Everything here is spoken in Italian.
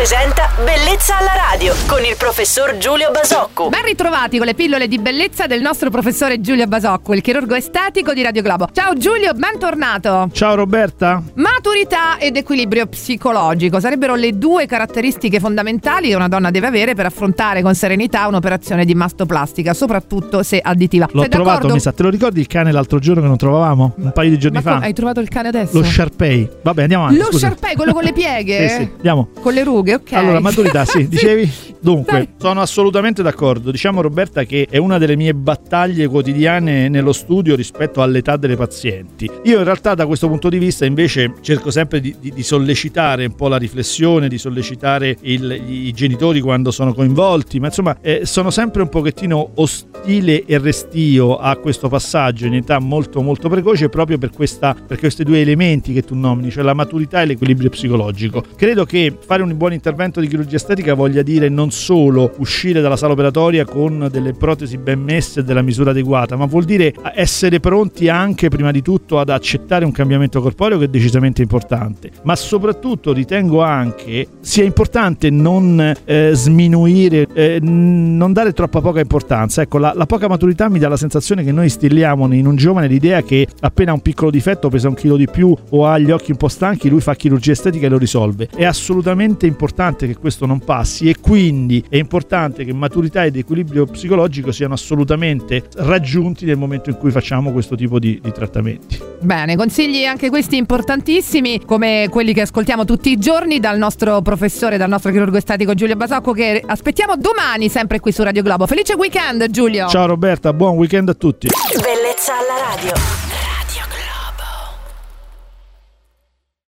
presenta Bellezza alla radio con il professor Giulio Basocco. Ben ritrovati con le pillole di bellezza del nostro professore Giulio Basocco, il chirurgo estetico di Radio Globo. Ciao Giulio, bentornato. Ciao Roberta. Maturità ed equilibrio psicologico sarebbero le due caratteristiche fondamentali che una donna deve avere per affrontare con serenità un'operazione di mastoplastica, soprattutto se additiva. L'ho trovato, mi sa. Te lo ricordi il cane l'altro giorno che non trovavamo? Un paio di giorni fa. Hai trovato il cane adesso? Lo Sharpei. Vabbè, andiamo avanti. Lo Sharpei, quello con le pieghe? Sì, andiamo. Con le rughe, ok. Allora, maturità, sì, dicevi? Dunque, Dai. sono assolutamente d'accordo. Diciamo, Roberta, che è una delle mie battaglie quotidiane nello studio rispetto all'età delle pazienti. Io in realtà da questo punto di vista invece cerco sempre di sollecitare un po' la riflessione, di sollecitare i genitori quando sono coinvolti, ma insomma sono sempre un pochettino ostile e restio a questo passaggio in età molto molto precoce proprio per questi due elementi che tu nomini, cioè la maturità e l'equilibrio psicologico. Credo che fare un buon intervento di chirurgia estetica voglia dire non solo uscire dalla sala operatoria con delle protesi ben messe e della misura adeguata, ma vuol dire essere pronti anche prima di tutto ad accettare un cambiamento corporeo che è decisamente importante, ma soprattutto ritengo anche sia importante non sminuire, non dare troppa poca importanza. Ecco, la poca maturità mi dà la sensazione che noi instilliamo in un giovane l'idea che appena un piccolo difetto, pesa un chilo di più o ha gli occhi un po' stanchi, lui fa chirurgia estetica e lo risolve. È assolutamente importante che questo non passi e quindi è importante che maturità ed equilibrio psicologico siano assolutamente raggiunti nel momento in cui facciamo questo tipo di trattamenti. Bene, consigli anche questi importantissimi come quelli che ascoltiamo tutti i giorni dal nostro professore, dal nostro chirurgo estetico Giulio Basocco, che aspettiamo domani sempre qui su Radio Globo. Felice weekend Giulio! Ciao Roberta, buon weekend a tutti! Bellezza alla radio.